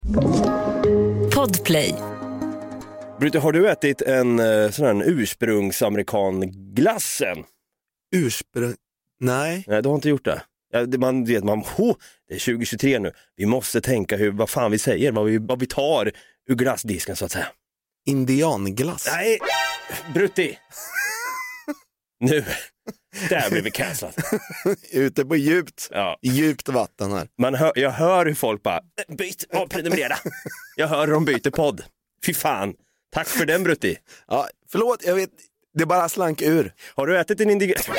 Podplay. Brutte, har du ätit en sån här ursprungsamerikanglassen? Nej. Nej, du har inte gjort det. Det är 2023 nu. Vi måste tänka vad fan vi säger, vad vi tar ur glassdisken så att säga. Indianglass. Nej, Brutti. Nu, där blir vi cancellad. Ute på djupt vatten här. Jag hör hur folk bara, byt, prenumerera. Jag hör hur de byter podd. Fy fan, tack för den Brutti. Ja, förlåt, jag vet, det bara slank ur. Har du ätit en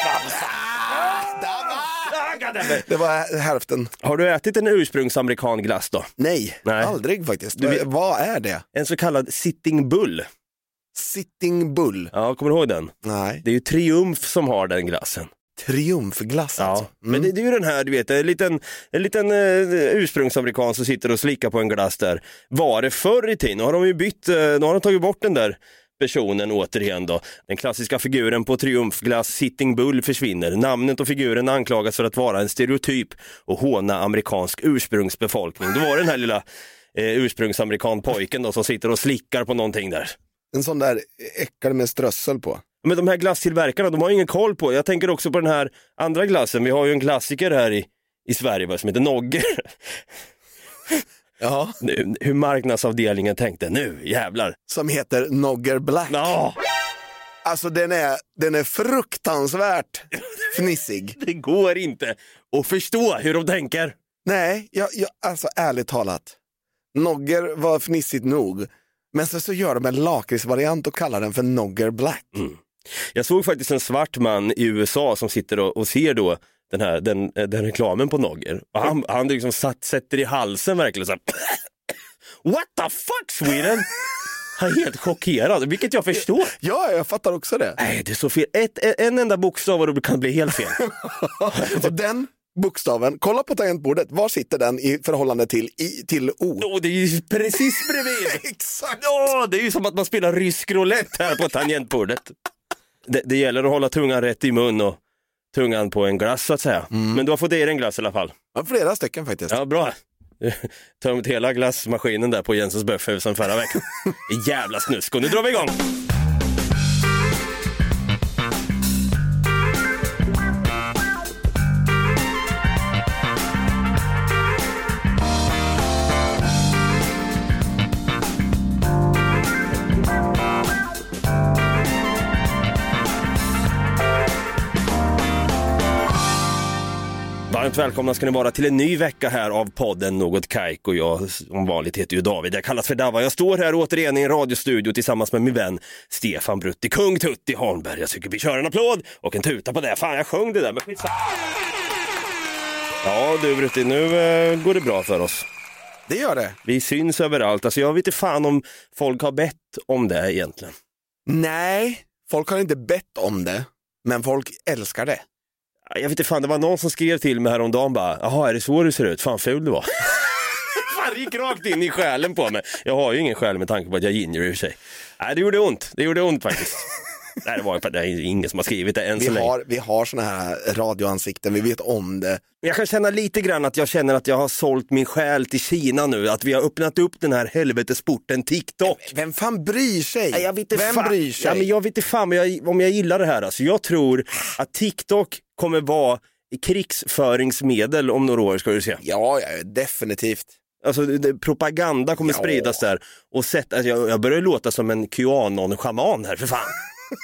Det var hälften. Har du ätit en ursprungsamerikanglass då? Nej, aldrig faktiskt. Vad är det? En så kallad sitting bull. Sitting bull? Ja, kommer du ihåg den? Nej. Det är ju Triumf som har den glassen. Triumfglass alltså? Ja, men det är ju den här, du vet, en liten ursprungsamerikan som sitter och slickar på en glass där. Var det förr i tiden? Nu har de ju bytt, nu har de tagit bort den där personen återigen då. Den klassiska figuren på triumfglass Sitting Bull försvinner. Namnet och figuren anklagas för att vara en stereotyp och håna amerikansk ursprungsbefolkning. Då var den här lilla ursprungsamerikanpojken då som sitter och slickar på någonting där. En sån där äckel med strössel på. Men de här glasstillverkarna, de har ingen koll på. Jag tänker också på den här andra glassen. Vi har ju en klassiker här i Sverige som heter Nogger. Ja. Hur marknadsavdelningen tänkte, nu jävlar. Som heter Nogger Black. Ja. Alltså den är fruktansvärt fnissig. Det går inte att förstå hur de tänker. Nej, alltså ärligt talat. Nogger var fnissigt nog. Men så gör de en lakritsvariant och kallar den för Nogger Black. Mm. Jag såg faktiskt en svart man i USA som sitter och ser då den reklamen på Nogger. Och han liksom sätter i halsen verkligen så här. What the fuck, Sweden? Han är helt chockerad, vilket jag förstår. Ja, jag fattar också det. Nej, det är så fel. En enda bokstav och det kan bli helt fel. Och den bokstaven, kolla på tangentbordet. Var sitter den i förhållande till O? Det är ju precis bredvid. Exakt. Det är ju som att man spelar rysk roulette här på tangentbordet. Det gäller att hålla tungan rätt i mun och tungan på en glass så att säga. Men du har fått i en glass i alla fall. Ja, flera stycken faktiskt. Ja, bra. Tömt hela glassmaskinen där på Jensens Böffhus som förra veckan. Jävla snusk, och nu drar vi igång. Varmt välkomna ska ni vara till en ny vecka här av podden Något Kajk, och jag som vanligt heter ju David. Jag kallas för Dava. Jag står här återigen i en radiostudio tillsammans med min vän Stefan Brutti, Kung Tutti Holmberg. Jag tycker vi kör en applåd och en tuta på det. Fan, jag sjöng det där med skitsa. Ja du Brutti, nu går det bra för oss. Det gör det. Vi syns överallt. Alltså jag vet inte fan om folk har bett om det egentligen. Nej, folk har inte bett om det, men folk älskar det. Jag vet inte fan, det var någon som skrev till mig häromdagen bara, jaha, är det så du ser ut? Fan ful du var. Fan, det gick rakt in i själen på mig. Jag har ju ingen själ med tanke på att jag är ginger i och för sig. Nej, det gjorde ont faktiskt. Nej, det är ingen som har skrivit det än så länge. Vi har såna här radioansikten, vi vet om det. Jag kan känna lite grann att jag känner att jag har sålt min själ till Kina nu. Att vi har öppnat upp den här helvetesporten TikTok. Vem fan bryr sig? Nej, jag vet inte. Vem bryr sig? Ja, men jag vet inte fan om jag gillar det här. Alltså, jag tror att TikTok kommer vara krigsföringsmedel om några år, ska du säga. Ja, definitivt. Alltså propaganda kommer spridas där. Och alltså, jag börjar låta som en QAnon-schaman här, för fan.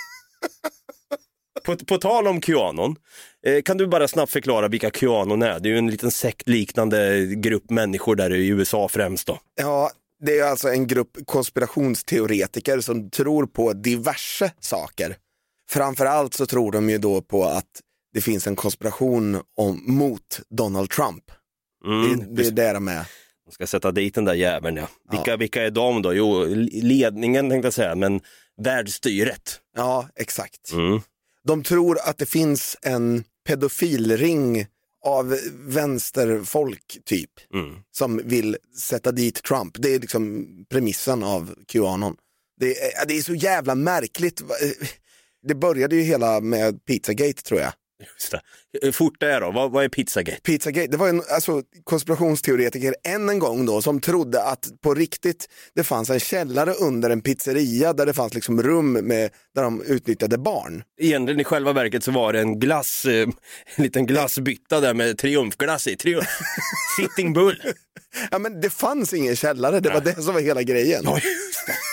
På tal om QAnon, kan du bara snabbt förklara vilka QAnon är? Det är ju en liten sektliknande grupp människor där i USA främst då. Ja, det är alltså en grupp konspirationsteoretiker som tror på diverse saker. Framförallt så tror de ju då på att det finns en konspiration mot Donald Trump. Det är det de är. De ska sätta dit den där jäveln, ja. Vilka är de då? Jo, ledningen tänkte jag säga, men världsstyret. Ja, exakt. De tror att det finns en pedofilring av vänsterfolk typ som vill sätta dit Trump. Det är liksom premissen av QAnon. Det är så jävla märkligt. Det började ju hela med Pizzagate, tror jag. Just det. Fort där då, vad är Pizzagate? Pizzagate, det var en konspirationsteoretiker än en gång då som trodde att på riktigt det fanns en källare under en pizzeria där det fanns liksom rum där de utnyttjade barn. Egentligen i själva verket så var det en liten glassbytta där med triumfglass i. Sitting Bull. Ja, men det fanns ingen källare, det var det som var hela grejen. Ja, just det.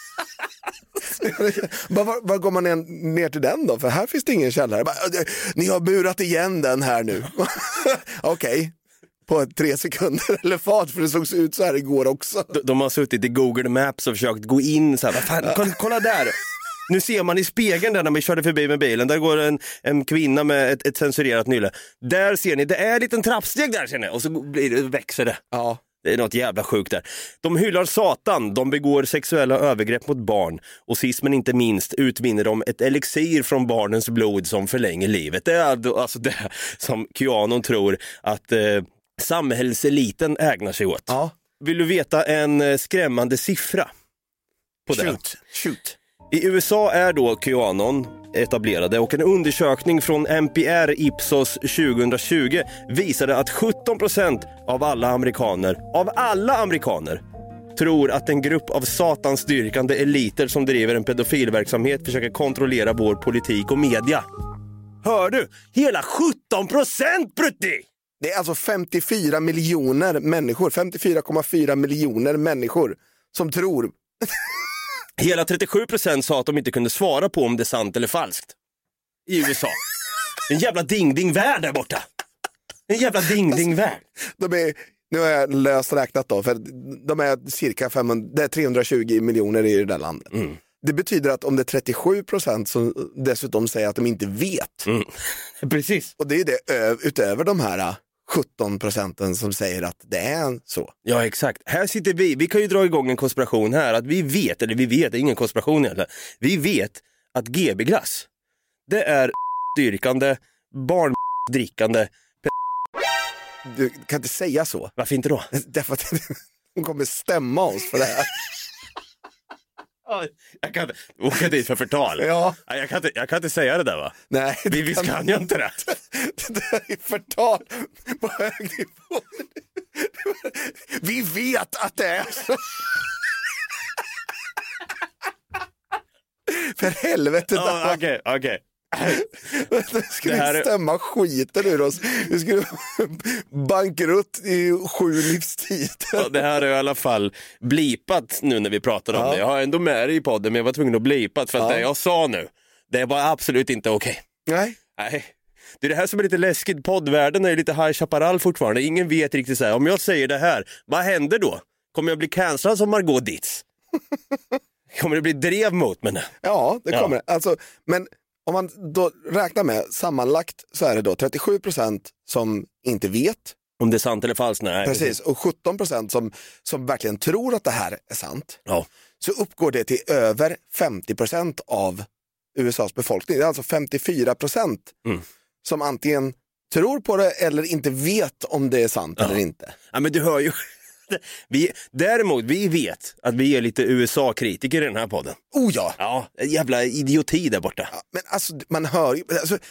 Var går man ner till den då? För här finns det ingen källare. Ni har burat igen den här nu. Okej. På 3 sekunder eller fat, för det såg ut så här igår också. De har suttit i Google Maps och försökt gå in så här. Fan, kolla där. Nu ser man i spegeln där när vi körde förbi med bilen. Där går en kvinna med ett censurerat nylle. Där ser ni, det är en liten trappsteg där, känner jag. Och så växer det. Ja. Det är något jävla sjukt där. De hyllar Satan, de begår sexuella övergrepp mot barn och sist men inte minst utvinner de ett elixir från barnens blod som förlänger livet. Det är alltså det som QAnon tror att samhällseliten ägnar sig åt. Ja. Vill du veta en skrämmande siffra på det? Shoot. I USA är då QAnon etablerade och en undersökning från NPR Ipsos 2020 visade att 17% av alla amerikaner tror att en grupp av satansdyrkande eliter som driver en pedofilverksamhet försöker kontrollera vår politik och media. Hör du? Hela 17%, Brutti! Det är alltså 54 miljoner människor, 54,4 miljoner människor som tror. Hela 37% sa att de inte kunde svara på om det är sant eller falskt. I USA. En jävla ding-ding-värld där borta. En jävla ding-ding-värld. Nu har jag löst räknat då, för de är cirka 320 miljoner i det där landet. Mm. Det betyder att om det är 37% som dessutom säger att de inte vet. Mm. Precis. Och det är det utöver de här 17% som säger att det är så. Ja, exakt. Här sitter vi kan ju dra igång en konspiration här, att vi vet, det är ingen konspiration egentligen. Vi vet att GB-glass, det är dyrkande, barndrickande. Du kan inte säga så. Varför inte då? Därför att de kommer stämma oss för det här. Jag kan inte åka dit för förtal. Ja. Jag kan inte säga det där, va? Nej, vi kan ju inte det. Det där är förtal på hög nivå. Vi vet att det är så. För helvete. Okej. Det skulle stämma skiten ur oss. Vi skulle bankrutt i 7 livstider. Ja, det här är i alla fall blipat nu när vi pratar om det. Jag har ändå med det i podden, men jag var tvungen att blipat för att det jag sa nu, det var absolut inte okej. Nej. Det är det här som är lite läskigt. Poddvärlden är lite High Chaparral fortfarande. Ingen vet riktigt så här. Om jag säger det här, vad händer då? Kommer jag bli cancellad som Margot Dietz? Kommer det bli drev mot mig? Ja, det kommer. Alltså, men om man då räknar med sammanlagt så är det då 37% som inte vet. Om det är sant eller falskt, nej. Precis, och 17% som verkligen tror att det här är sant. Ja. Så uppgår det till över 50% av USAs befolkning. Det är alltså 54% som antingen tror på det eller inte vet om det är sant eller inte. Ja, men du hör ju. Däremot, vi vet att vi är lite USA-kritiker i den här podden. Oh ja! Ja, jävla idioti där borta. Ja, men alltså, man hör ju,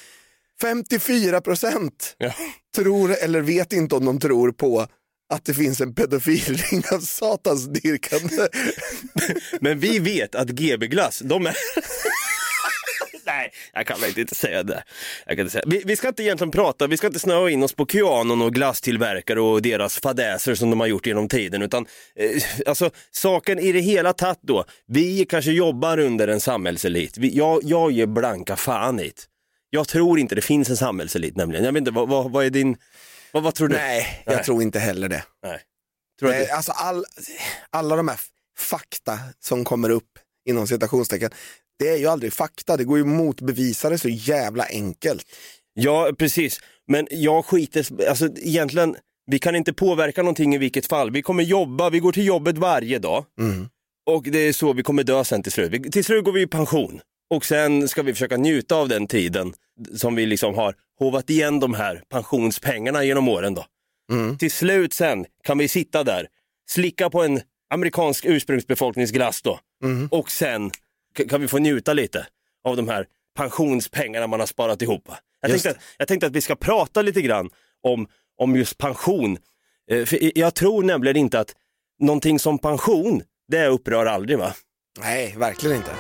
54% tror eller vet inte om de tror på att det finns en pedofilring av satansdyrkande. Men vi vet att GB-glass, de är... Nej, jag kan väl inte säga det. Jag kan inte säga. Vi ska inte egentligen prata, vi ska inte snöa in oss på QAnon och glasstillverkare och deras fadäser som de har gjort genom tiden, utan alltså saken i det hela tatt då. Vi kanske jobbar under en samhällselit. Jag ger blanka fan hit. Jag tror inte det finns en samhällselit nämligen. Jag vet inte, vad är din... Vad tror du? Nej, jag tror inte heller det. Nej. Tror du? Alltså alla de här fakta som kommer upp inom citationstecken, det är ju aldrig fakta, det går ju motbevisa det så jävla enkelt. Ja, precis. Men jag skiter, alltså egentligen, vi kan inte påverka någonting i vilket fall. Vi kommer jobba, vi går till jobbet varje dag. Mm. Och det är så vi kommer dö sen till slut. Till slut går vi i pension. Och sen ska vi försöka njuta av den tiden som vi liksom har hovat igen de här pensionspengarna genom åren då. Mm. Till slut sen kan vi sitta där, slicka på en amerikansk ursprungsbefolkningsglass då. Mm. Och sen kan vi få njuta lite av de här pensionspengarna man har sparat ihop. Jag tänkte att vi ska prata lite grann om just pension. För jag tror nämligen inte att någonting som pension, det upprör aldrig, va? Nej, verkligen inte.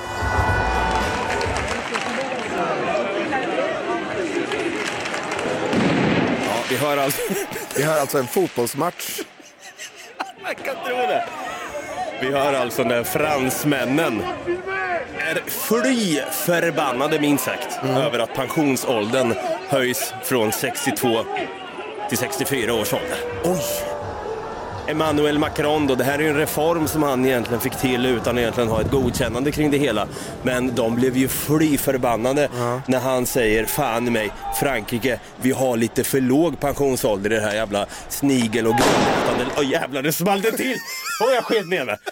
Ja, vi hör alltså en fotbollsmatch. Man kan tro det. Vi hör alltså när fransmännen är fly förbannade minst sagt över att pensionsåldern höjs från 62 till 64 års ålder. Oj! Emmanuel Macron då, det här är ju en reform som han egentligen fick till utan egentligen ha ett godkännande kring det hela. Men de blev ju fly förbannade när han säger, fan i mig, Frankrike, vi har lite för låg pensionsålder i det här jävla snigel- och gullätande. Åh jävlar, det small det till! Åh, jag sket ner mig.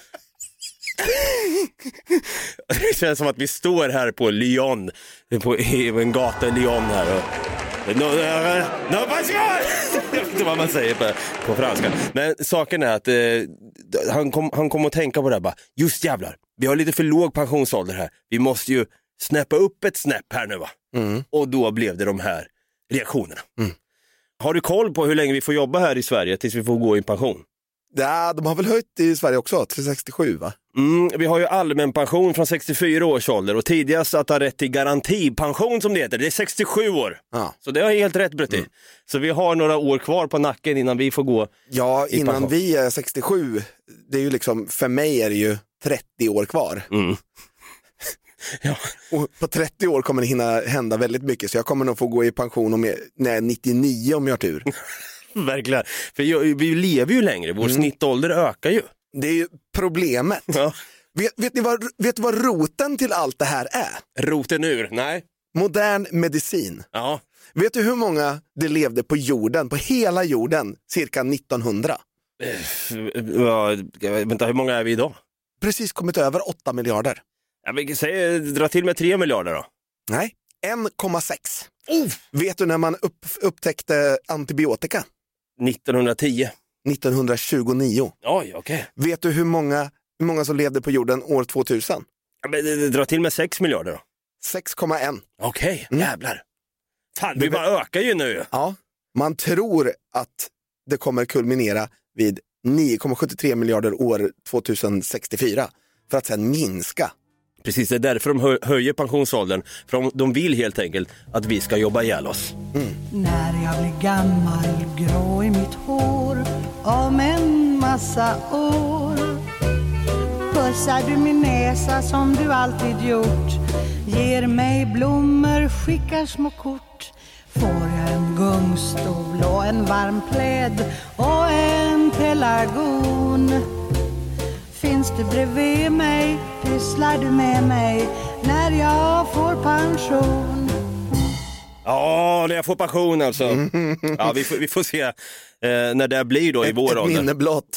Det känns som att vi står här på Lyon, på en gata i Lyon här och no passion! Jag vet inte vad man säger på franska. Men saken är att han kom att tänka på det här bara, just jävlar, vi har lite för låg pensionsålder här. Vi måste ju snäppa upp ett snäpp här nu, va? Och då blev det de här reaktionerna. Har du koll på hur länge vi får jobba här i Sverige tills vi får gå i pension? Ja, de har väl höjt i Sverige också, till 67, va? Vi har ju allmän pension från 64 års ålder och tidigast att ha rätt till garantipension som det heter, det är 67 år. Ja. Så det har helt rätt, Brutti. Så vi har några år kvar på nacken innan vi får gå i innan pension. vi är 67, det är ju liksom, för mig är det ju 30 år kvar. Ja. Och på 30 år kommer det hinna hända väldigt mycket, så jag kommer nog få gå i pension när jag är 99 om jag har tur. Verkligen, för vi lever ju längre, vår snittålder ökar ju. Det är ju problemet. Ja. Vet du vad roten till allt det här är? Roten ur, nej. Modern medicin. Ja. Vet du hur många det levde på jorden, på hela jorden, cirka 1900? Vänta, hur många är vi idag? Precis kommit över 8 miljarder. Dra till med 3 miljarder då. Nej, 1,6. Vet du när man upptäckte antibiotika? 1910. 1929. Oj, okej. Vet du hur många som levde på jorden år 2000? Dra till med 6 miljarder då. 6,1. Okej, jävlar. Fan, vi bara ökar ju nu. Ja, man tror att det kommer kulminera vid 9,73 miljarder år 2064 för att sen minska. Precis, det är därför de höjer pensionsåldern. För de vill helt enkelt att vi ska jobba ihjäl oss. När jag blir gammal, grå i mitt hår, om en massa år, pussar du min näsa som du alltid gjort, ger mig blommor, skickar små kort, får jag en gungstol och en varm pläd och en pelargon. Finns du bredvid mig, pysslar du med mig när jag får pension. Ja, när jag får pension alltså. Ja, vi får se när det blir då i vår ålder. Ett minne blott.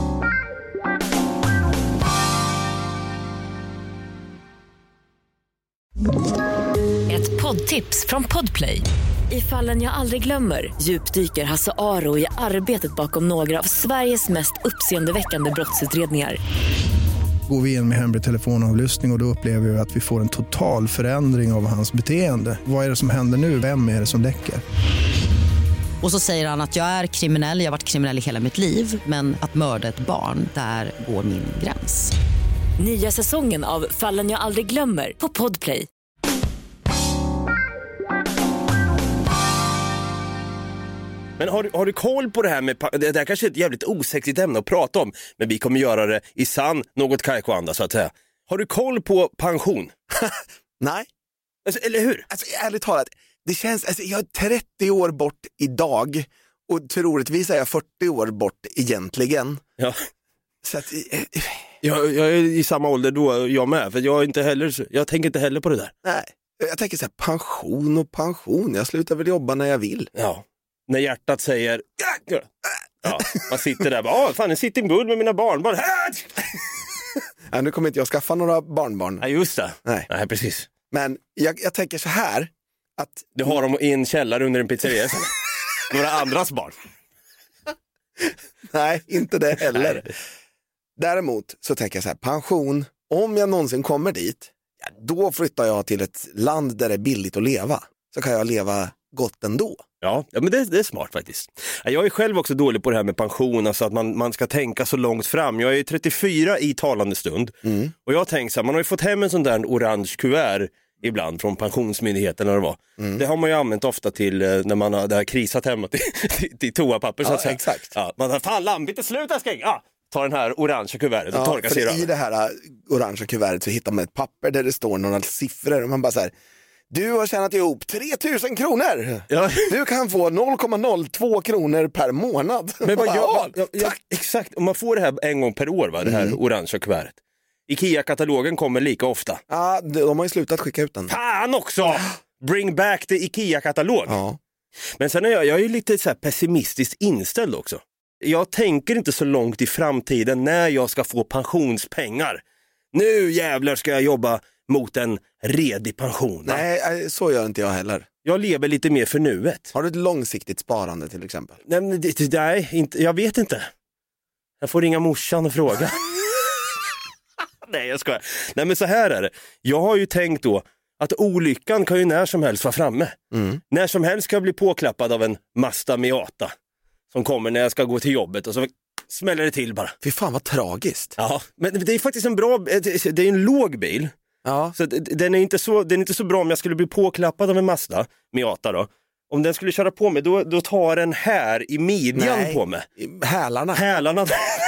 Ett poddtips från Podplay. I Fallen jag aldrig glömmer djupdyker Hasse Aro i arbetet bakom några av Sveriges mest uppseendeväckande brottsutredningar. Går vi in med hemlig telefonavlyssning och då upplever vi att vi får en total förändring av hans beteende. Vad är det som händer nu? Vem är det som läcker? Och så säger han att jag är kriminell, jag har varit kriminell i hela mitt liv, men att mörda ett barn, där går min gräns. Nya säsongen av Fallen jag aldrig glömmer på Podplay. Men har du koll på det här med, det här kanske är ett jävligt osexigt ämne att prata om, men vi kommer göra det i sann något kajkoanda så att säga. Har du koll på pension? Nej. Alltså, eller hur? Alltså ärligt talat, det känns, alltså, jag är 30 år bort idag och troligtvis är jag 40 år bort egentligen. Ja. Så att, jag är i samma ålder då, jag med, för jag tänker inte heller på det där. nej, jag tänker så här, pension och pension, jag slutar väl jobba när jag vill. Ja. När hjärtat säger ja, man sitter där bara, fan, jag sitter i en bull med mina barnbarn. Ja, nu kommer inte jag skaffa några barnbarn. Ja, just det. Nej, precis. Men jag tänker så här att du har dem i en källare under en pizzeria. Några andras barn. nej, inte det heller. Nej. Däremot så tänker jag så här, pension, om jag någonsin kommer dit, ja, då flyttar jag till ett land där det är billigt att leva. så kan jag leva gott ändå. Ja, men det är smart faktiskt. Jag är själv också dålig på det här med pension, alltså att man ska tänka så långt fram. Jag är 34 i talande stund och jag har tänkt så här, man har ju fått hem en sån där orange kuvert ibland från pensionsmyndigheten eller vad. Det har man ju använt ofta till när man har det här krisat hemma till toapapper så att säga. Exakt. Ja, man har fan lampet är slut, ta den här orangea kuvertet och torka sig i det här orangea kuvertet så hittar man ett papper där det står några siffror och man bara så här: du har tjänat ihop 3000 kronor. Ja. Du kan få 0,02 kronor per månad. Men exakt, och man får det här en gång per år, va? Det här orangea kuvertet. IKEA-katalogen kommer lika ofta. Ja, de har ju slutat skicka ut den. Fan också! Bring back the IKEA-katalog. Ja. Men sen är jag är ju lite så här pessimistiskt inställd också. Jag tänker inte så långt i framtiden när jag ska få pensionspengar. Nu jävlar ska jag jobba mot en redig pension. Nej, så gör inte jag heller. Jag lever lite mer för nuet. Har du ett långsiktigt sparande till exempel? Nej, inte, jag vet inte. Jag får ringa morsan och fråga. Nej, jag skojar. Nej, men så här är det. Jag har ju tänkt då att olyckan kan ju när som helst vara framme. När som helst ska jag bli påklappad av en Mazda Miata som kommer när jag ska gå till jobbet och så smäller det till bara. Fy fan vad tragiskt. Ja, men det är faktiskt en bra, det är en låg bil. Ja. Så den är inte så bra om jag skulle bli påklappad av en Mazda Miata då. Om den skulle köra på mig, då tar den här i midjan på mig. Hälarna.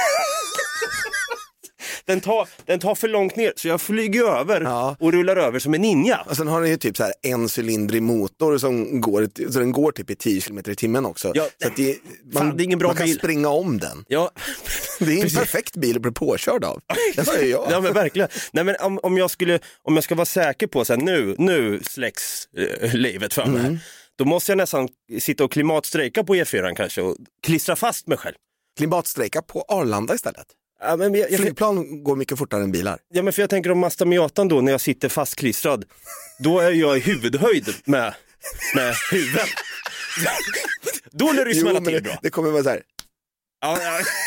Den tar för långt ner så jag flyger över och rullar över som en ninja. Och sen har den ju typ så här en cylindrig motor som går, så den går typ i 10 km i timmen också. Ja, så att det är ingen bra man kan bil. Springa om den. Ja. Det är en perfekt bil att bli påkörd av. Det säger jag. Ja, men verkligen. Nej, men om jag ska vara säker på så här, nu släcks livet för mig. Då måste jag nästan sitta och klimatstrejka på E4 kanske och klistra fast mig själv. Klimatstrejka på Arlanda istället? Ja, men flygplan går mycket fortare än bilar. Ja, men för jag tänker om Mazda Miatan då, när jag sitter fastklistrad, då är jag i huvudhöjd med huvudet. Då lär det smälla till bra. Det kommer vara så här. Ja.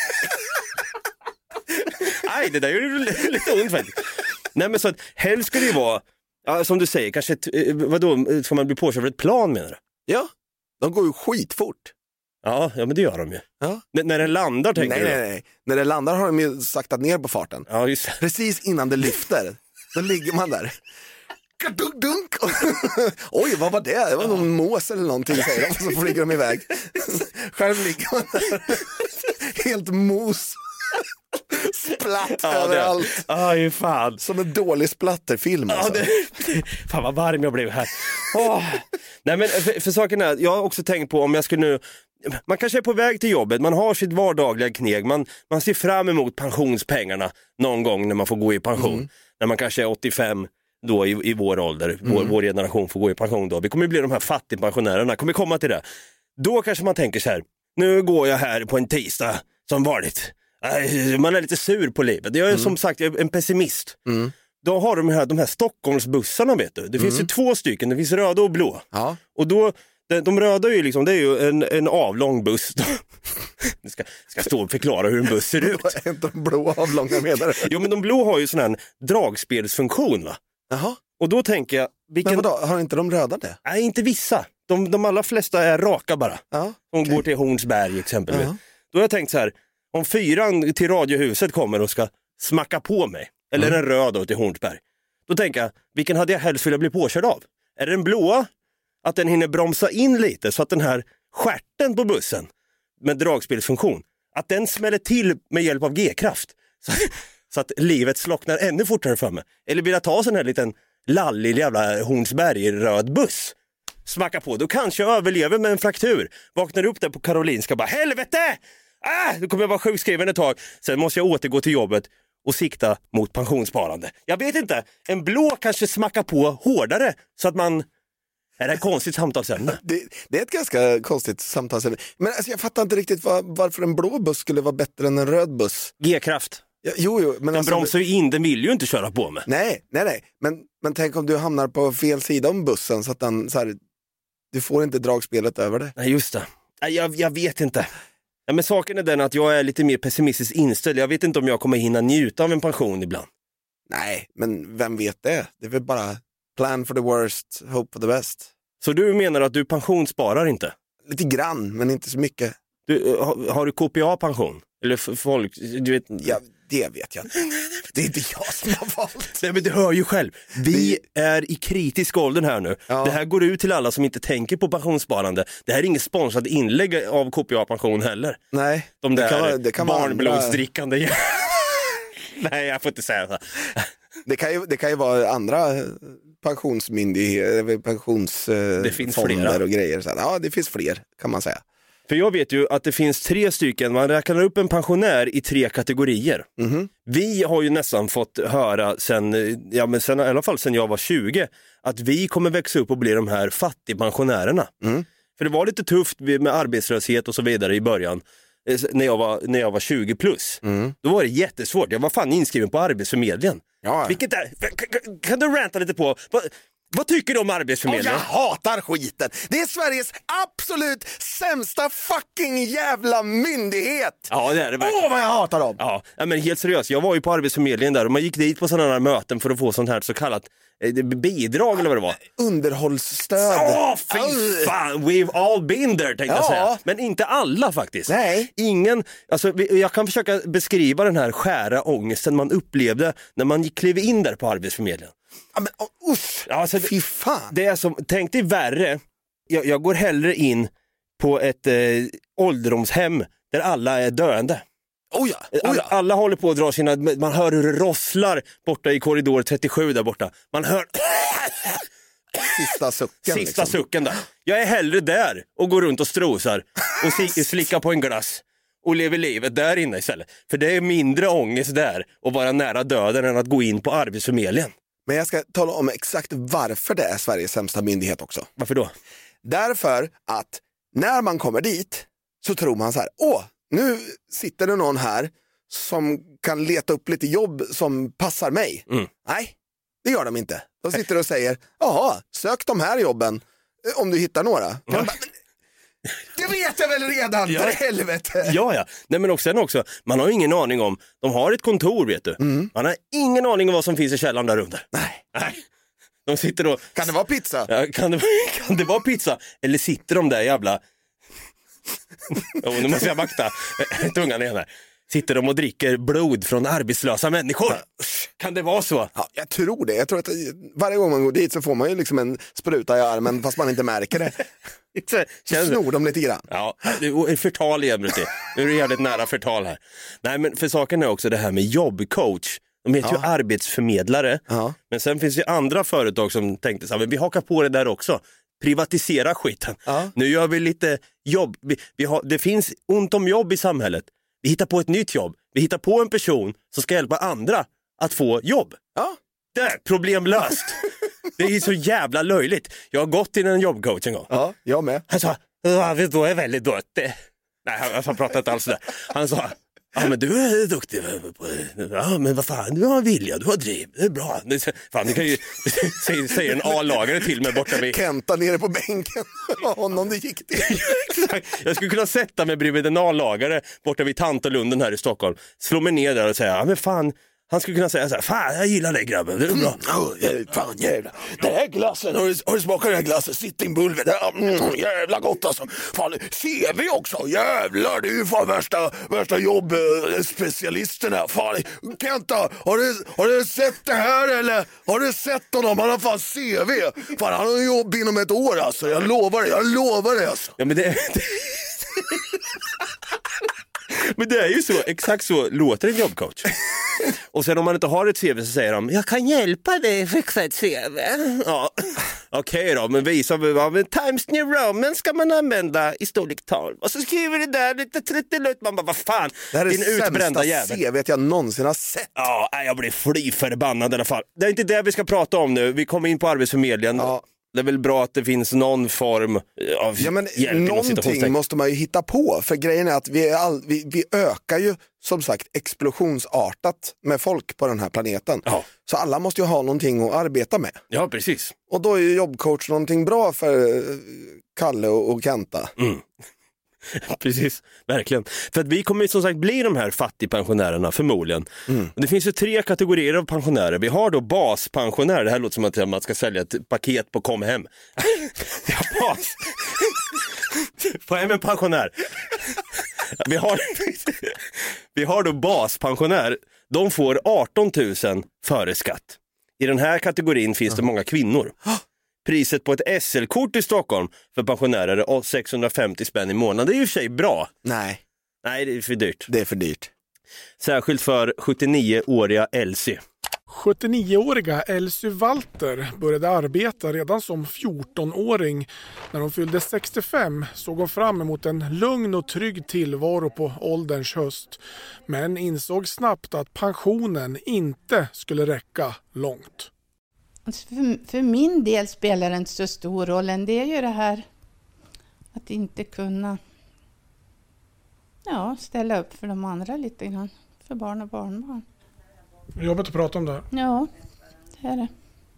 Nej, det där gör ju lite ont faktiskt. Nej, men så att helst ska det ju vara, som du säger, kanske vadå, ska man bli påkörd för ett plan menar du? Ja, de går ju skitfort. Ja, men det gör de ju. Ja. När den landar tänker du? Nej. När den landar har de ju saktat ner på farten. Ja, just. Precis innan det lyfter, då ligger man där. Dunk. Oj, vad var det? Det var någon mås eller någonting, säger de. Så flyger de iväg. Själv ligger man där. Helt mos. Splatt överallt. Aj, fan. Som en dålig splatterfilm. Alltså. Fan vad varm jag blev här. Nej, men för saken är, jag har också tänkt på om jag skulle nu, man kanske är på väg till jobbet, man har sitt vardagliga kneg, man ser fram emot pensionspengarna någon gång när man får gå i pension. När man kanske är 85 då i vår ålder, vår generation får gå i pension då. Vi kommer bli de här fattigpensionärerna, kommer komma till det. Då kanske man tänker så här, nu går jag här på en tisdag som vanligt. Man är lite sur på livet. Jag är som sagt en pessimist. Då har de här Stockholmsbussarna, vet du. Det finns ju 2 stycken, det finns röda och blå. Ja. Och då, de röda är ju liksom, det är ju en avlång buss. Jag ska stå och förklara hur en buss ser ut. Vad är de blå avlånga menar du? Jo, men de blå har ju sån här dragspelsfunktion, va? Jaha. Och då tänker jag... Men vadå, har inte de röda det? Nej, inte vissa. De allra flesta är raka bara. Ja, de går till Hornsberg exempelvis. Då har jag tänkt så här, om 4 till Radiohuset kommer och ska smacka på mig, eller en röd då till Hornsberg, då tänker jag, vilken hade jag helst vilja bli påkörd av? Är det den blåa? Att den hinner bromsa in lite så att den här stjärten på bussen med dragspelsfunktion, att den smäller till med hjälp av G-kraft så att livet slocknar ännu fortare för mig. Eller vill jag ta sån här liten lallig jävla Hornsberg röd buss, smacka på, då kanske jag överlever med en fraktur, vaknar upp där på Karolinska och bara, helvete! Då kommer jag vara sjukskriven ett tag, sen måste jag återgå till jobbet och sikta mot pensionssparande. Jag vet inte, en blå kanske smackar på hårdare så att man... Är det ett konstigt samtalsämne? Det är ett ganska konstigt samtalsämne. Men alltså, jag fattar inte riktigt varför en blå buss skulle vara bättre än en röd buss. G-kraft. Ja, jo, men den alltså, bromsar ju in, den vill ju inte köra på mig. Nej. Men tänk om du hamnar på fel sida om bussen så att den, så här, du får inte dragspelet över det. Nej, just det. Jag vet inte. Ja, men saken är den att jag är lite mer pessimistiskt inställd. Jag vet inte om jag kommer hinna njuta av en pension ibland. Nej, men vem vet det? Det är väl bara plan for the worst, hope for the best. Så du menar att du pensionssparar inte? Lite grann, men inte så mycket. Har du KPA-pension? Eller folk, du vet... Ja, det vet jag inte. Det är inte jag som har valt. Nej, men du hör ju själv. Vi är i kritisk ålder här nu. Ja. Det här går ut till alla som inte tänker på pensionssparande. Det här är inget sponsrat inlägg av KPA-pension heller. Nej, De där det kan vara barnblodsdrickande. Nej, jag får inte säga så. Det kan ju vara andra pensionsmyndigheter, pensionsfonder och grejer. Så ja, det finns fler kan man säga. För jag vet ju att det finns 3 stycken, man räknar upp en pensionär i 3 kategorier. Mm-hmm. Vi har ju nästan fått höra sen, i alla fall sen jag var 20, att vi kommer växa upp och bli de här fattigpensionärerna. Mm. För det var lite tufft med arbetslöshet och så vidare i början, när jag var 20 plus. Mm. Då var det jättesvårt, jag var fan inskriven på Arbetsförmedlingen. Ja. Vilket är, kan du ranta lite på... Vad tycker du om Arbetsförmedlingen? Jag hatar skiten. Det är Sveriges absolut sämsta fucking jävla myndighet. Ja, det är det verkligen. Vad jag hatar dem. Ja, men helt seriöst. Jag var ju på Arbetsförmedlingen där och man gick dit på sådana här möten för att få sånt här så kallat bidrag eller vad det var. Underhållsstöd. Fy fan, we've all been there tänkte jag säga. Men inte alla faktiskt. Nej. Ingen, alltså jag kan försöka beskriva den här skära ångesten man upplevde när man klev in där på Arbetsförmedlingen. Ja, men alltså, fy fan. Det är som, tänk dig värre, jag går hellre in på ett ålderdomshem där alla är döende. Alla håller på att dra sina, man hör hur det rosslar borta i korridor 37 där borta. Man hör Sista sucken där. Jag är hellre där och går runt och strosar och slickar på en glass och lever livet där inne istället. För det är mindre ångest där och vara nära döden än att gå in på Arbetsförmedlingen. Men jag ska tala om exakt varför det är Sveriges sämsta myndighet också. Varför då? Därför att när man kommer dit så tror man så här, nu sitter det någon här som kan leta upp lite jobb som passar mig. Mm. Nej, det gör de inte. De sitter och säger, sök de här jobben om du hittar några. Ja. Det vet jag väl redan, för helvete. Ja. Nej, men också, man har ingen aning om, de har ett kontor vet du. Mm. Man har ingen aning om vad som finns i källaren där under. Nej. De sitter och... Kan det vara pizza? Ja, kan det vara pizza? Eller sitter de där jävla... Nu måste jag vakta tungan igen här. Sitter de och dricker blod från arbetslösa människor? Kan det vara så? Ja, jag tror det. Jag tror att varje gång man går dit så får man ju liksom en spruta i armen fast man inte märker det. Snor dem lite grann. Ja, förtal igen, Brutti. Nu är det jävligt nära förtal här. Nej, men för saken är också det här med jobbcoach. De heter ju arbetsförmedlare. Ja. Men sen finns det andra företag som tänkte så här, men vi hakar på det där också. Privatisera skiten. Ja. Nu gör vi lite jobb. Det finns ont om jobb i samhället. Vi hittar på ett nytt jobb. Vi hittar på en person som ska hjälpa andra att få jobb. Ja. Det är problemlöst. Det är så jävla löjligt. Jag har gått till en jobbcoach en gång. Ja, jag med. Han sa, då är väldigt duktig. Nej, han pratade inte alls där. Han sa, men du är duktig. Ja, men vad fan, du har vilja, du har driv. Det är bra. Fan, du kan ju säga en A-lagare till mig borta vid... Kenta nere på bänken. Honom det gick till. Jag skulle kunna sätta mig bredvid en A-lagare borta vid Tantolunden här i Stockholm. Slå mig ner där och säga, men fan... Han skulle kunna säga så här, fan jag gillar dig grabben, det är bra. Fan jävla, den här glassen, har du smakat den här glassen? Sittingbulver, jävla gott alltså. Fan, CV också, jävlar, det är ju fan värsta jobbspecialisterna. Fan, Kenta, har du sett det här eller? Har du sett honom? Han har fan CV. Fan, han har jobb inom ett år alltså, jag lovar det alltså. Ja, men men det är ju så, exakt så låter en jobbcoach. Och sen om man inte har ett CV så säger de, jag kan hjälpa dig fixa ett CV. Ja, okej då, men visa vad Times New Roman ska man använda i storlek 12. Och så skriver det där lite 30 lut. Man bara, vad fan, det här är din utbrända jävel. CV jag någonsin har sett. Ja, jag blir fly förbannad i alla fall. Det är inte det vi ska prata om nu. Vi kommer in på Arbetsförmedlingen. Ja. Det är väl bra att det finns någon form av hjälp. Någonting måste man ju hitta på. För grejen är att vi ökar ju som sagt explosionsartat med folk på den här planeten. Ja. Så alla måste ju ha någonting att arbeta med. Ja, precis. Och då är ju jobbcoach någonting bra för Kalle och Kenta. Mm. Precis, verkligen. För att vi kommer ju som sagt bli de här fattigpensionärerna förmodligen. Och det finns ju 3 kategorier av pensionärer. Vi har då baspensionärer. Det här låter som att man ska sälja ett paket på Kom hem. Ja, bas. Få hem en pensionär. Vi har då baspensionär. De får 18 000 före skatt. I den här kategorin finns det många kvinnor. Priset på ett SL-kort i Stockholm för pensionärer är 650 spänn i månaden. Det är ju i sig bra. Nej, Nej, det är för dyrt. det är för dyrt. Särskilt för 79-åriga Elsie. 79-åriga Elsie Walter började arbeta redan som 14-åring. När hon fyllde 65 såg hon fram emot en lugn och trygg tillvaro på ålderns höst. Men insåg snabbt att pensionen inte skulle räcka långt. För min del spelar det inte så stor roll än. Det är ju det här att inte kunna ställa upp för de andra lite grann. För barn och barnbarn. Jobbigt att prata om det här. Ja, det är det.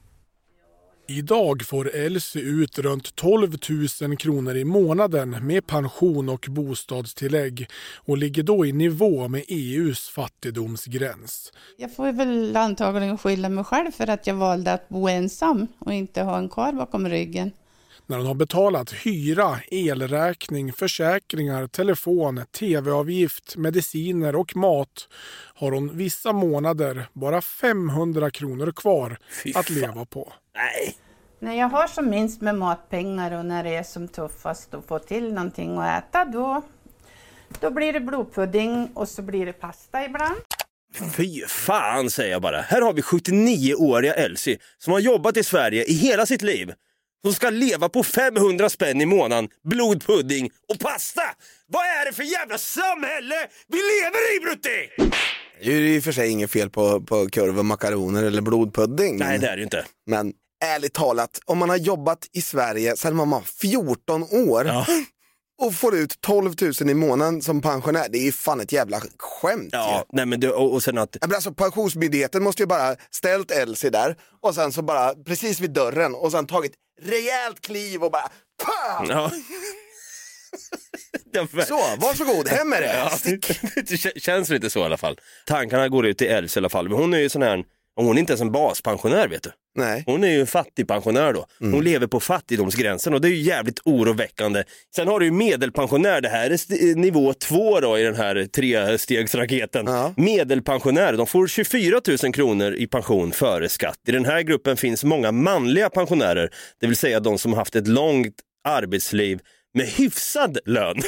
Idag får Elsie ut runt 12 000 kronor i månaden med pension och bostadstillägg och ligger då i nivå med EUs fattigdomsgräns. Jag får väl antagligen skylla mig själv för att jag valde att bo ensam och inte ha en karl bakom ryggen. När hon har betalat hyra, elräkning, försäkringar, telefon, tv-avgift, mediciner och mat har hon vissa månader bara 500 kronor kvar att leva på. Nej. När jag har som minst med matpengar och när det är som tuffast att få till någonting att äta, då blir det blodpudding och så blir det pasta ibland. Fy fan, säger jag bara. Här har vi 79-åriga Elsie som har jobbat i Sverige i hela sitt liv. Som ska leva på 500 spänn i månaden, blodpudding och pasta. Vad är det för jävla samhälle vi lever i, Brutti? Det är ju i och för sig inget fel på kurv, makaroner eller blodpudding. Nej, det är det ju inte. Men ärligt talat, om man har jobbat i Sverige sedan man var 14 år och får ut 12 000 i månaden som pensionär, det är ju fan ett jävla skämt. Ja, nej men det, och sen att... Men alltså, pensionsmyndigheten måste ju bara ställt Elsie där och sen så bara precis vid dörren och sen tagit rejält kliv och bara Ja. Så, varsågod, hem med det. Ja, det känns lite så i alla fall. Tankarna går ut till Elsie i alla fall. Men hon är ju sån här, hon är inte ens en baspensionär, vet du. Nej. Hon är ju en fattigpensionär då. Hon lever på fattigdomsgränsen och det är ju jävligt oroväckande. Sen har du ju medelpensionär, det här är nivå 2 då i den här 3-stegsraketen. Ja. Medelpensionär, de får 24 000 kronor i pension före skatt. I den här gruppen finns många manliga pensionärer, det vill säga de som haft ett långt arbetsliv med hyfsad lön.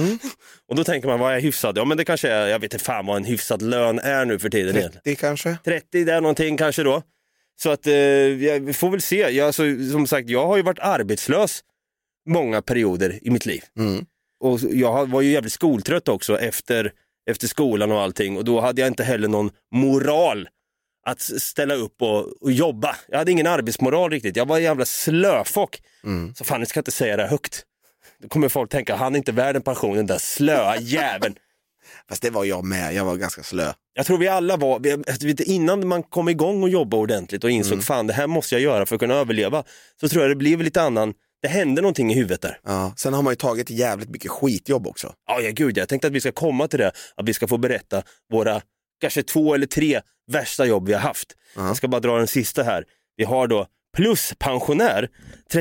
Och då tänker man, vad är hyfsad? Ja, men det kanske är, jag vet inte fan vad en hyfsad lön är nu för tiden. 30 kanske? 30 där någonting kanske då. Så att vi får väl se. Alltså, som sagt, jag har ju varit arbetslös många perioder i mitt liv. Och jag var ju jävligt skoltrött också efter skolan och allting. Och då hade jag inte heller någon moral att ställa upp och jobba. Jag hade ingen arbetsmoral riktigt. Jag var en jävla slöfock. Så fan, jag ska inte säga det högt. Då kommer folk tänka, han är inte värd en pension, den där slöa jäveln. Fast det var jag med, jag var ganska slö. Jag tror vi alla var, innan man kom igång och jobba ordentligt och insåg, fan det här måste jag göra för att kunna överleva. Så tror jag det blev lite annan, det hände någonting i huvudet där. Ja, sen har man ju tagit jävligt mycket skitjobb också. Ja, gud, jag tänkte att vi ska komma till det, att vi ska få berätta våra kanske 2 eller 3 värsta jobb vi har haft. Jag ska bara dra den sista här. Vi har då pluspensionär,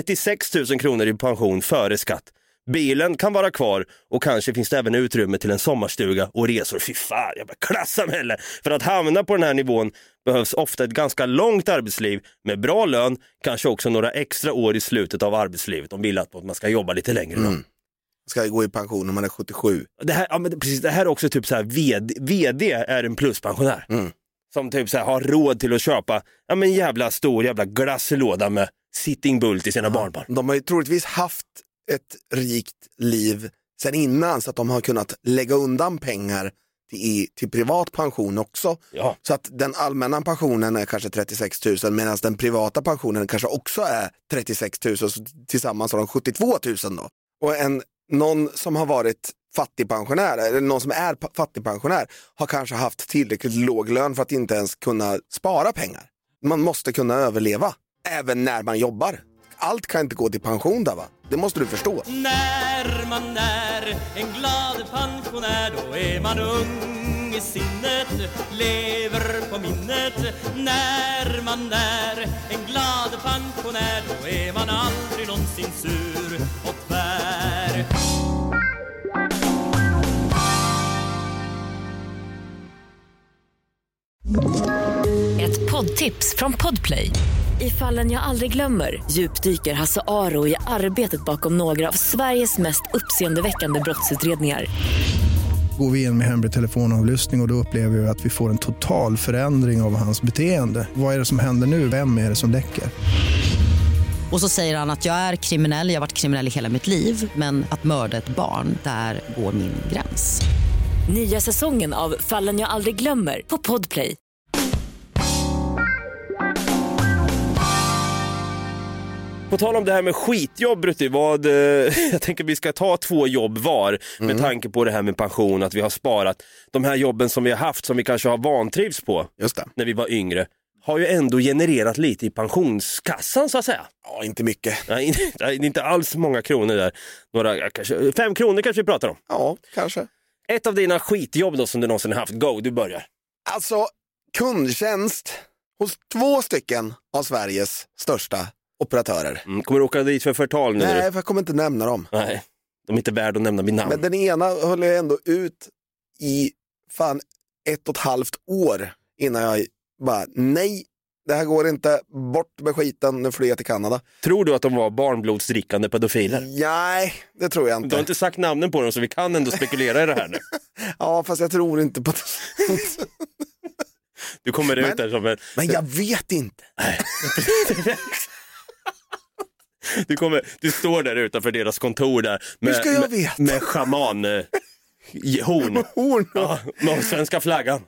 36 000 kronor i pension före skatt. Bilen kan vara kvar och kanske finns det även utrymme till en sommarstuga och resor. Fy fan, jävla klassamhälle. För att hamna på den här nivån behövs ofta ett ganska långt arbetsliv med bra lön, kanske också några extra år i slutet av arbetslivet. De vill att man ska jobba lite längre då. Ska gå i pension när man är 77. Det här, ja, men precis, det här är också typ så här, vd är en pluspensionär. Som typ så här har råd till att köpa en jävla stor jävla glasslåda med Sitting Bull till sina barnbarn. De har ju troligtvis haft ett rikt liv sen innan så att de har kunnat lägga undan pengar till privat pension också. Ja. Så att den allmänna pensionen är kanske 36 000 medan den privata pensionen kanske också är 36 000, så tillsammans har de 72 000 då. Och någon som har varit fattigpensionär eller någon som är fattigpensionär har kanske haft tillräckligt låg lön för att inte ens kunna spara pengar. Man måste kunna överleva även när man jobbar. Allt kan inte gå till pension där, va? Det måste du förstå. När man är en glad pensionär, då är man ung i sinnet, lever på minnet. När man är en glad pensionär, då är man aldrig någonsin sur och tvär. Ett poddtips från Podplay. I Fallen jag aldrig glömmer djupdyker Hasse Aro i arbetet bakom några av Sveriges mest uppseendeväckande brottsutredningar. Går vi in med hemlig telefonavlyssning och då upplever vi att vi får en total förändring av hans beteende. Vad är det som händer nu? Vem är det som läcker? Och så säger han att jag är kriminell, jag har varit kriminell i hela mitt liv. Men att mörda ett barn, där går min gräns. Nya säsongen av Fallen jag aldrig glömmer på Podplay. På tal om det här med skitjobb, Brutti, jag tänker vi ska ta 2 jobb var med tanke på det här med pension, att vi har sparat de här jobben som vi har haft, som vi kanske har vantrivs på. Just det. När vi var yngre, har ju ändå genererat lite i pensionskassan så att säga. Ja, inte mycket. Nej, inte alls många kronor där. Några, kanske 5 kronor kanske vi pratar om. Ja, kanske. Ett av dina skitjobb då som du någonsin haft, du börjar. Alltså, kundtjänst hos 2 stycken av Sveriges största operatörer. Kommer du åka dit för förtal nu? Nej, för jag kommer inte nämna dem. Nej, de är inte värda att nämna min namn. Men den ena höll jag ändå ut i 1,5 år innan jag bara, nej, det här går inte, bort med skiten, nu flyr jag till Kanada. Tror du att de var barnblodsdrickande pedofiler? Nej, det tror jag inte. Du har inte sagt namnen på dem så vi kan ändå spekulera i det här nu. Ja, fast jag tror inte på det. Du kommer ut där som en... Men jag vet inte. Nej. Du står där utanför deras kontor där med schaman horn. Ja, med svenska flaggan.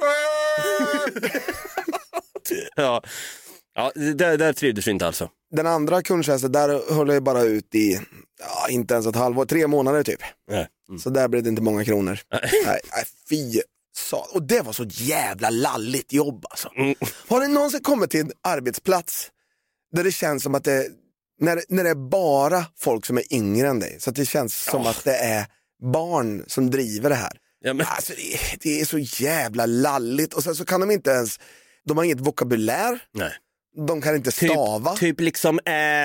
Ja, där trivdes du inte alltså. Den andra kundtjänsten, där höll jag bara ut i inte ens ett halvår, 3 månader typ. Så där blev det inte många kronor. Nej, fy. Och det var så jävla lalligt jobb alltså. Har det någonsin kommit till en arbetsplats där det känns som att när det är bara folk som är yngre än dig, så att det känns som att det är barn som driver det här. Ja, men... Alltså, det är så jävla lalligt. Och sen så kan de inte ens, de har inget vokabulär. Nej. De kan inte stava. Typ liksom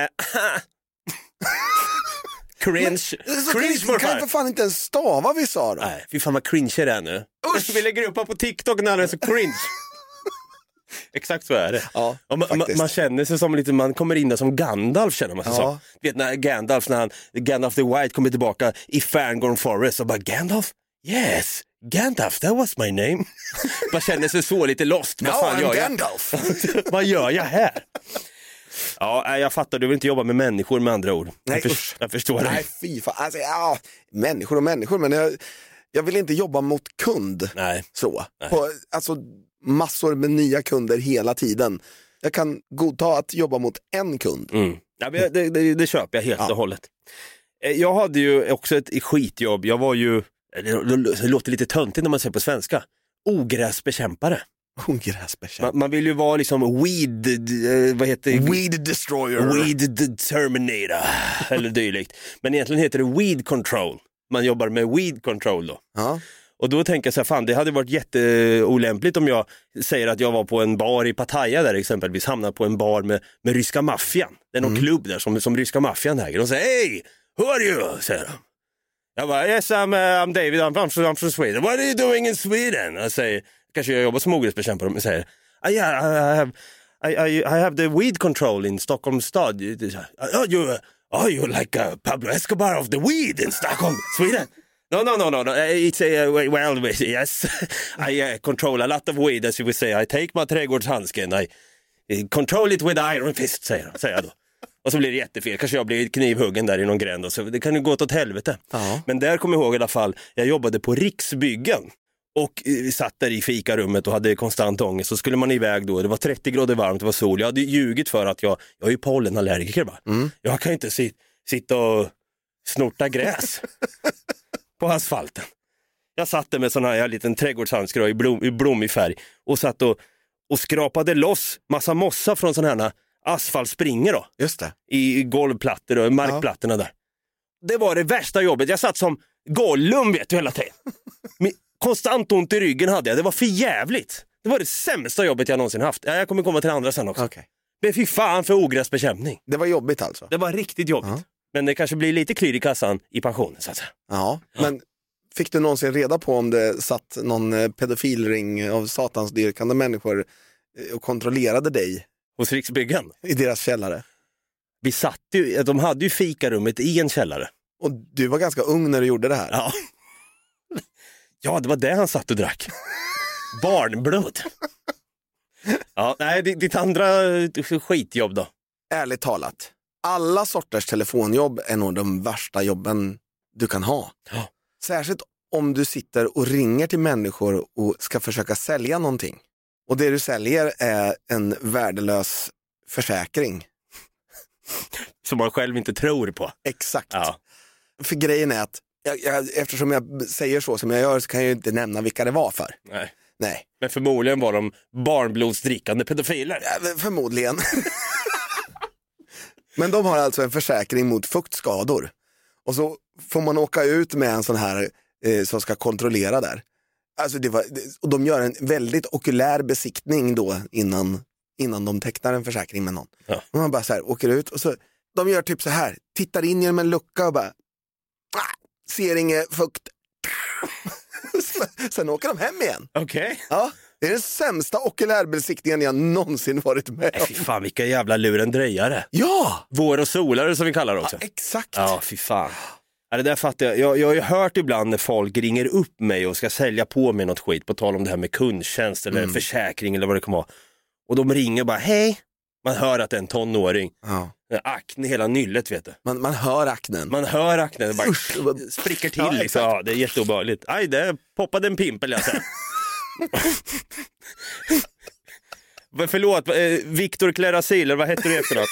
cringe. Cringe kan för fan inte ens stava, vi sa då. Nej, fy fan vad cringe det är nu. Usch! Vi lägger upp på TikTok när det är så cringe. Exakt så är det. Ja, man känner sig som lite, man kommer in där som Gandalf, känner man sig som. Du vet när Gandalf the White kommer tillbaka i Fangorn Forest och bara, Gandalf? Yes, Gandalf, that was my name. Man känner sig så lite lost. Vad fan gör Gandalf. Vad gör jag här? Ja, jag fattar, du vill inte jobba med människor med andra ord. Nej, jag förstår det. Nej, fy fan. Alltså, människor och människor, men jag vill inte jobba mot kund. Nej. Så. Nej. Alltså massor med nya kunder hela tiden. Jag kan godta att jobba mot en kund. Ja, men det köper jag helt och hållet. Jag hade ju också ett skitjobb. Jag var ju, det låter lite töntigt när man säger på svenska, ogräsbekämpare. Man vill ju vara liksom weed destroyer, weed terminator eller dylikt. Men egentligen heter det weed control. Man jobbar med weed control då. Ja. Och då tänker jag så här, fan, det hade varit jätteolämpligt om jag säger att jag var på en bar i Pattaya där exempelvis, hamnar på en bar med ryska maffian. Det är någon klubb där som ryska maffian äger. De säger, hey, who are you? Säger de. Jag bara, yes, I'm David, I'm from Sweden. What are you doing in Sweden? Jag säger, kanske jag jobbar som ogräsbekämpare, men säger, yeah, I have the weed control in Stockholm stad. You like Pablo Escobar of the weed in Stockholm, Sweden? No. It's well, yes. I control a lot of weed, as you would say. I take my trädgårdshandsken. I control it with iron fist, säger jag då. Och så blir det jättefel. Kanske jag blir knivhuggen där i någon gränd. Och så, det kan ju gå åt helvete. Ja. Men där kommer jag ihåg i alla fall, jag jobbade på Riksbyggen. Och satt där i fikarummet och hade konstant ångest. Så skulle man iväg då, det var 30 grader varmt, det var sol. Jag hade ljugit för att jag är ju pollenallergiker bara. Jag kan inte sitta och snorta gräs på asfalten. Jag satt där med sån här liten trädgårdshandskrö i blommig färg. Och satt och skrapade loss massa mossa från sån här asfaltspringor då. Just det. I golvplattor och markplattorna där. Det var det värsta jobbet. Jag satt som Gollum, vet du, hela tiden. Konstant ont i ryggen hade jag. Det var för jävligt. Det var det sämsta jobbet jag någonsin haft. Jag kommer komma till andra sen också. Okay. Men fy fan för ogräsbekämpning. Det var jobbigt alltså? Det var riktigt jobbigt. Men det kanske blir lite klirr i kassan i pensionen, så att säga. Ja, men fick du någonsin reda på om det satt någon pedofilring av satansdyrkande människor och kontrollerade dig? Hos Riksbyggen? I deras källare? Vi satt ju, de hade ju fikarummet i en källare. Och du var ganska ung när du gjorde det här? Ja. Ja, det var det han satt och drack. Barnblod. Ja, nej, ditt andra skitjobb då? Ärligt talat, alla sorters telefonjobb är nog de värsta jobben du kan ha. Ja. Särskilt om du sitter och ringer till människor och ska försöka sälja någonting. Och det du säljer är en värdelös försäkring. Som man själv inte tror på. Exakt. Ja. För grejen är att eftersom jag säger så som jag gör så kan jag ju inte nämna vilka det var för. Nej. Men förmodligen var de barnblodsdrickande pedofiler. Ja, förmodligen. Men de har alltså en försäkring mot fuktskador. Och så får man åka ut med en sån här som ska kontrollera där. Alltså och de gör en väldigt okulär besiktning då innan de tecknar en försäkring med någon. Ja. Och man bara så här åker ut och så de gör typ så här, tittar in genom en lucka och bara ser inget fukt. Sen åker de hem igen. Okej. Ja, det är den sämsta okulärbesiktningen jag någonsin varit med om. Fy fan, vilka jävla lurendrejare. Ja! Vår och solare som vi kallar det också. Ja, exakt. Ja, fy fan. Ja, det där fattar jag. Jag har ju hört ibland när folk ringer upp mig och ska sälja på mig något skit, på tal om det här med kundtjänst eller försäkring eller vad det kan vara. Och de ringer och bara, hej. Man hör att det är en tonåring. Ja. Akne hela nyllet, vet du. Man hör aknen. Man hör aknen, det bara spricker till. Ja, liksom. Ja, det är jätteobehagligt. Aj, det poppade en pimpel, jag säger. Förlåt, Victor Clarasil, vad heter du efternamn?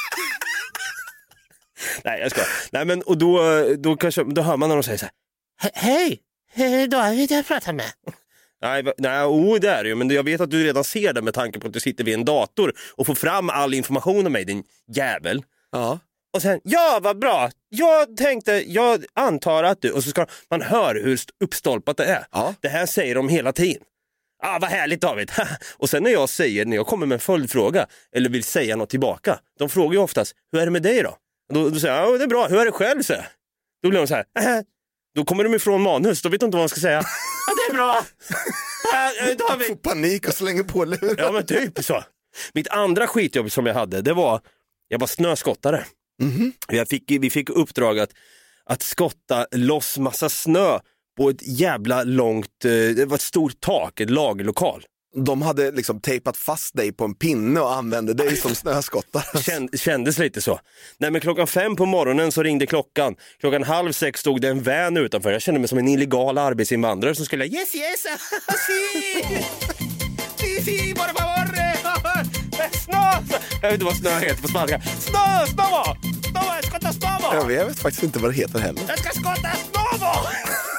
Nej, jag ska. Nej, men och då hör man när de säger så här: hej, då är jag pratar med. Nej, det är det ju, men jag vet att du redan ser det med tanke på att du sitter vid en dator och får fram all information om mig, din jävel. Ja. Och sen, vad bra. Jag antar att du, och så ska man höra hur uppstolpat det är. Ja. Det här säger de hela tiden. Vad härligt, David. Och sen när jag kommer med en följdfråga eller vill säga något tillbaka, de frågar ju oftast, hur är det med dig då? Då säger jag, det är bra, hur är det själv? Så då blir de så här, då kommer de ifrån manus, då vet de inte vad man ska säga. Det är bra. David. Får panik och slänger på luren. Ja, men typ så. Mitt andra skitjobb som jag hade, jag var snöskottare. Vi fick uppdrag att skotta loss massa snö på ett jävla långt, det var ett stort tak, ett lagerlokal. De hade liksom tejpat fast dig på en pinne och använde dig som snöskottare. Kändes lite så. Nej, men 5:00 på morgonen så ringde klockan. 5:30 stod det en van utanför. Jag kände mig som en illegal arbetsinvandrare som skulle yes, sí, por favor. Snö! Jag vet inte vad snö heter på spanska. Snö, jag ska skotta snöbo. Jag vet faktiskt inte vad det heter heller. Jag ska skotta snöbo.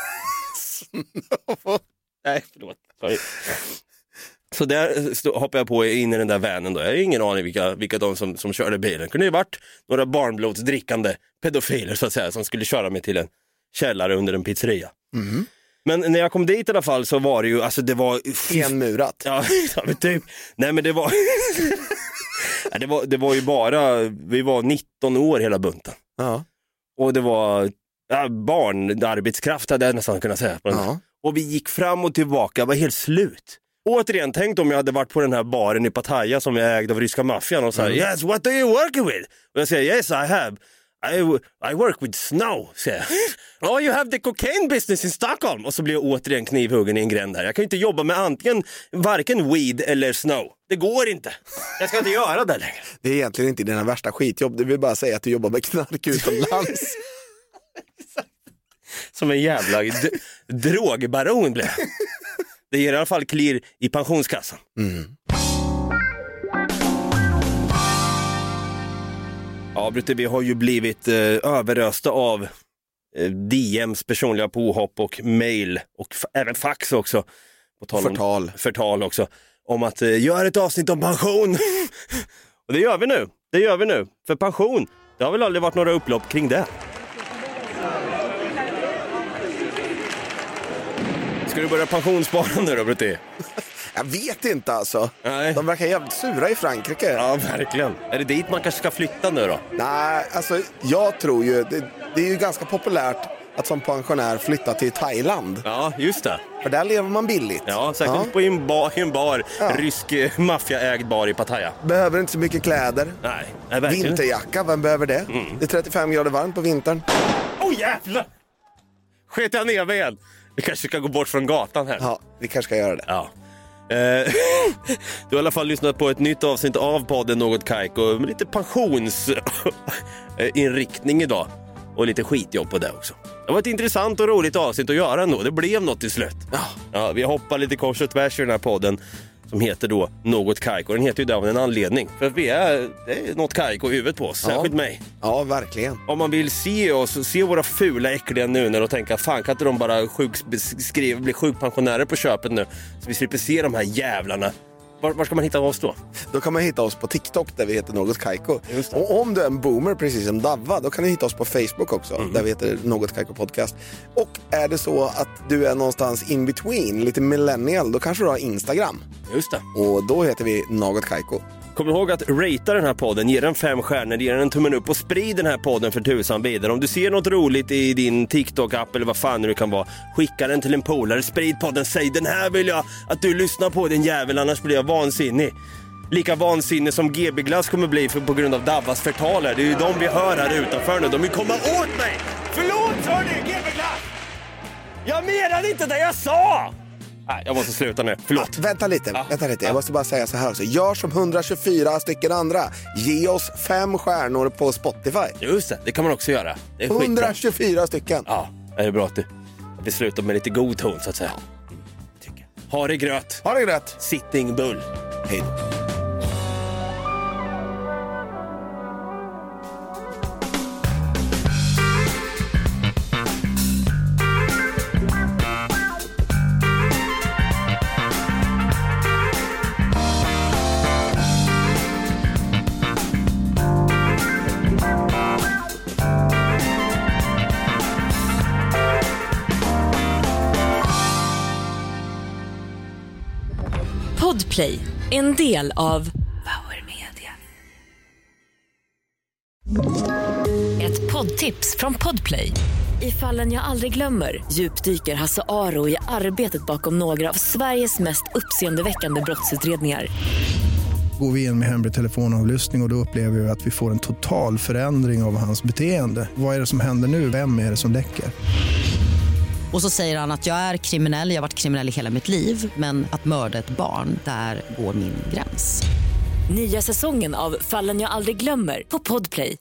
Nej, förlåt. Sorry. Så där hoppade jag på in i den där vanen då. Jag har ingen aning vilka de som körde bilen. Det kunde ju varit några barnblodsdrickande pedofiler så att säga, som skulle köra mig till en källare under en pizzeria. Men när jag kom dit i alla fall så var det ju, alltså det var enmurat. Ja, men typ. Nej, men det var det var ju bara, vi var 19 år hela bunten. Ja. Och det var barnarbetskraft hade jag nästan kunnat säga. Ja. Och vi gick fram och tillbaka, var helt slut. Återigen, tänk om jag hade varit på den här baren i Pattaya som jag ägde av ryska maffian och sa, yes, what are you working with? Och jag säger, yes, I have. I work with snow, säger jag. Oh, you have the cocaine business in Stockholm. Och så blir jag återigen knivhuggen i en gränd där. Jag kan ju inte jobba med varken weed eller snow. Det går inte. Jag ska inte göra det längre. Det är egentligen inte dina värsta skitjobb. Du vill bara säga att du jobbar med knark utomlands. Som en jävla drogbaron blev. Det ger i alla fall klirr i pensionskassan. Ja, Brutte, vi har ju blivit överrösta av DMs personliga påhopp och mail och även fax också. På tal om förtal också. Om att göra ett avsnitt om pension. Och det gör vi nu. För pension, det har väl aldrig varit några upplopp kring det. Ska du börja pensionsspara nu då, Brutti? Jag vet inte alltså. Nej. De verkar jävligt sura i Frankrike. Ja, verkligen. Är det dit man kanske ska flytta nu då? Nej, alltså jag tror ju, det är ju ganska populärt att som pensionär flytta till Thailand. Ja, just det. För där lever man billigt. Ja, säkert på en bar, rysk maffiaägd bar i Pattaya. Behöver inte så mycket kläder. Nej, verkligen. Vinterjacka, vem behöver det? Det är 35 grader varmt på vintern. Jävlar! Sket jag ner mig igen. Vi kanske ska gå bort från gatan här. Ja, vi kanske ska göra det. Ja. Du har i alla fall lyssnat på ett nytt avsnitt av podden Något Kaiko med lite pensionsinriktning idag. Och lite skitjobb på det också. Det var ett intressant och roligt avsnitt att göra ändå. Det blev något till slut. Ja, vi hoppar lite kors och tvärs i den här podden som heter då Något Kaiko. Den heter ju det av en anledning. För att det är något Kaiko i huvudet på oss. Särskilt mig. Ja, verkligen. Om man vill se oss och se våra fula äckliga nuner och tänka fan kan inte de bara bli sjukpensionärer på köpet nu så vi slipper se de här jävlarna. Var ska man hitta oss då? Då kan man hitta oss på TikTok där vi heter Något Kaiko. Och om du är en boomer precis som Davva, då kan du hitta oss på Facebook också där vi heter Något Kaiko Podcast. Och är det så att du är någonstans in between, lite millennial, då kanske du har Instagram. Just det. Och då heter vi Något Kaiko. Kom ihåg att ratea den här podden, ge den 5 stjärnor, ge den en tummen upp och sprid den här podden för tusan vidare. Om du ser något roligt i din TikTok-app eller vad fan det kan vara, skicka den till en polare, sprid podden, säg den här vill jag att du lyssnar på din jävel, annars blir jag vansinnig. Lika vansinnig som GB-glass kommer bli på grund av Davvas förtaler. Det är ju de vi hör här utanför nu, de vill komma åt mig! Förlåt hörni, GB-glass! Jag menade inte det jag sa! Nej, jag måste sluta nu. Förlåt. Vänta lite. Jag måste bara säga så här också. Gör som 124 stycken andra. Ge oss 5 stjärnor på Spotify. Just det kan man också göra. Det är 124 stycken. Ja, det är bra att vi slutar med lite god ton så att säga. Ha det gröt. Ha det gröt. Sitting bull. Hej då. Podplay, en del av Power Media. Ett poddtips från Podplay. I Fallen jag aldrig glömmer djupdyker Hasse Aro i arbetet bakom några av Sveriges mest uppseendeväckande brottsutredningar. Går vi in med hemlig telefonavlyssning och då upplever vi att vi får en total förändring av hans beteende. Vad är det som händer nu? Vem är det som läcker? Och så säger han att jag är kriminell, jag har varit kriminell i hela mitt liv. Men att mörda ett barn, där går min gräns. Nya säsongen av Fallen jag aldrig glömmer på Podplay.